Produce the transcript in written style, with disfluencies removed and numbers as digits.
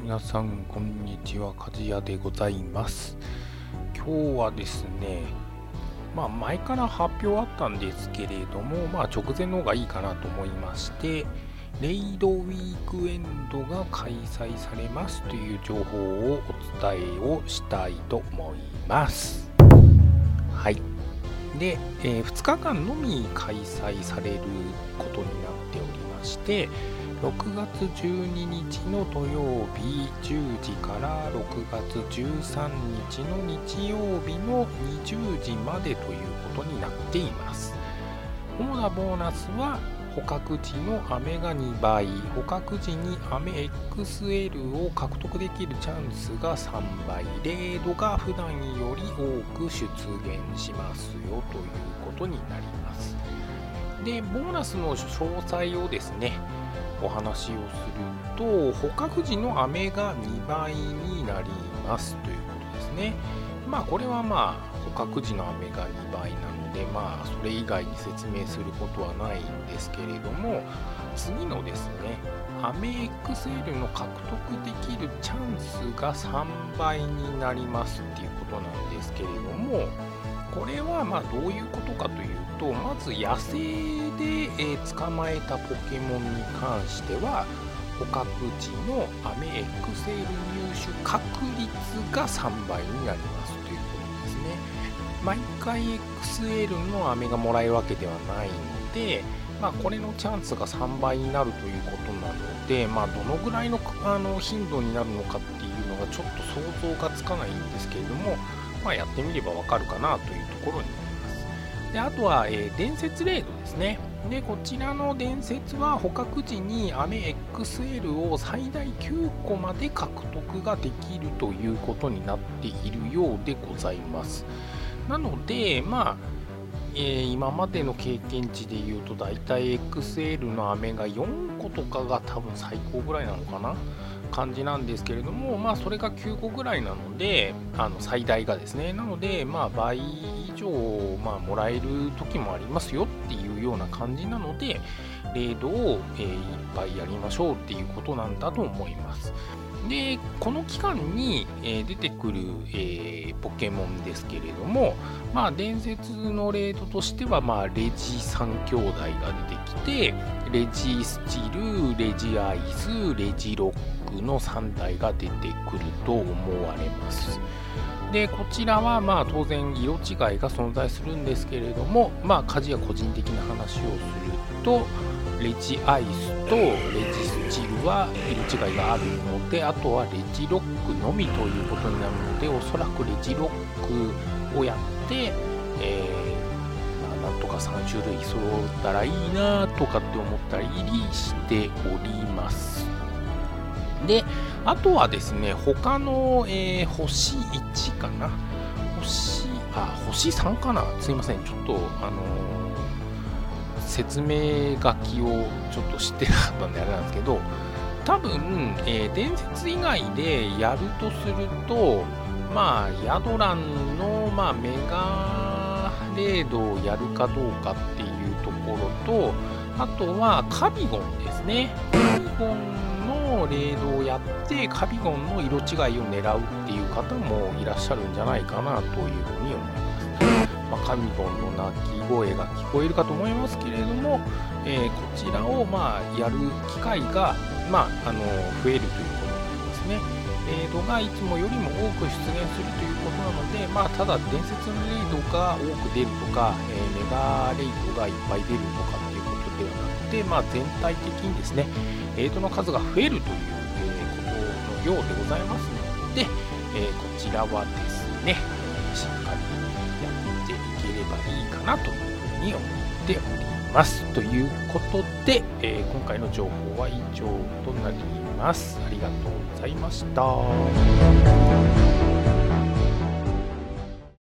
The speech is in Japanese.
皆さんこんにちは、かじやでございます。今日はですね、前から発表あったんですけれども、直前の方がいいかなと思いまして、レイドウィークエンドが開催されますという情報をお伝えをしたいと思います。はい。で、2日間のみ開催されることになっておりまして、6月12日の土曜日10時から6月13日の日曜日の20時までということになっています。主なボーナスは捕獲時の飴が2倍、捕獲時に飴 XL を獲得できるチャンスが3倍、レードが普段より多く出現しますよということになります。で、ボーナスの詳細をですね、お話をすると、捕獲時の飴が2倍になりますということですね。これは捕獲時の飴が2倍なので、それ以外に説明することはないんですけれども、次のですね、飴 XL の獲得できるチャンスが3倍になりますっていうことなんですけれども、これはどういうことかというと、まず野生で、捕まえたポケモンに関しては、捕獲時の飴 XL 入手確率が3倍になりますということですね。毎回 XL の飴がもらえるわけではないので、これのチャンスが3倍になるということなので、どのぐらいの、頻度になるのかっていうのがちょっと想像がつかないんですけれども、やってみればわかるかなというところになります。で、あとは、伝説レードですね。で、こちらの伝説は捕獲時に飴 XL を最大9個まで獲得ができるということになっているようでございます。なので、今までの経験値でいうとだいたい XL の飴が4個とかが多分最高ぐらいなのかな感じなんですけれども、それが9個ぐらいなので、最大がですね、なので倍以上もらえる時もありますよっていうような感じなので、レードを、いっぱいやりましょうっていうことなんだと思います。で、この期間に、出てくる、ポケモンですけれども、伝説のレードとしては、レジ3兄弟が出てきて、レジスチル、レジアイス、レジロックの3体が出てくると思われます。で、こちらは当然色違いが存在するんですけれども、鍛冶屋個人的な話をすると、レジアイスとレジスチルは色違いがあるので、あとはレジロックのみということになるので、おそらくレジロックをやって、なんとか3種類揃ったらいいなとかって思ったりしております。で、あとはですね、他の、星1かな、星3かな、すいません、ちょっと説明書きをちょっと知ってなかったんであれなんですけど、多分、伝説以外でやるとすると、ヤドランの、メガレードをやるかどうかっていうところと、あとはカビゴンですね。カビゴンのレードをやってカビゴンの色違いを狙うっていう方もいらっしゃるんじゃないかなというふうに思います。カビゴンの鳴き声が聞こえるかと思いますけれども、こちらをやる機会が増えるということになりますね。レードがいつもよりも多く出現するということなので、ただ伝説のレードが多く出るとか、メガレイドがいっぱい出るとかっていうことではなくて、全体的にですね、レードの数が増えるという、ことのようでございますので、こちらはですね、しっかりやっていければいいかなというふうに思っております。ということで、今回の情報は以上となります。ありがとうございました。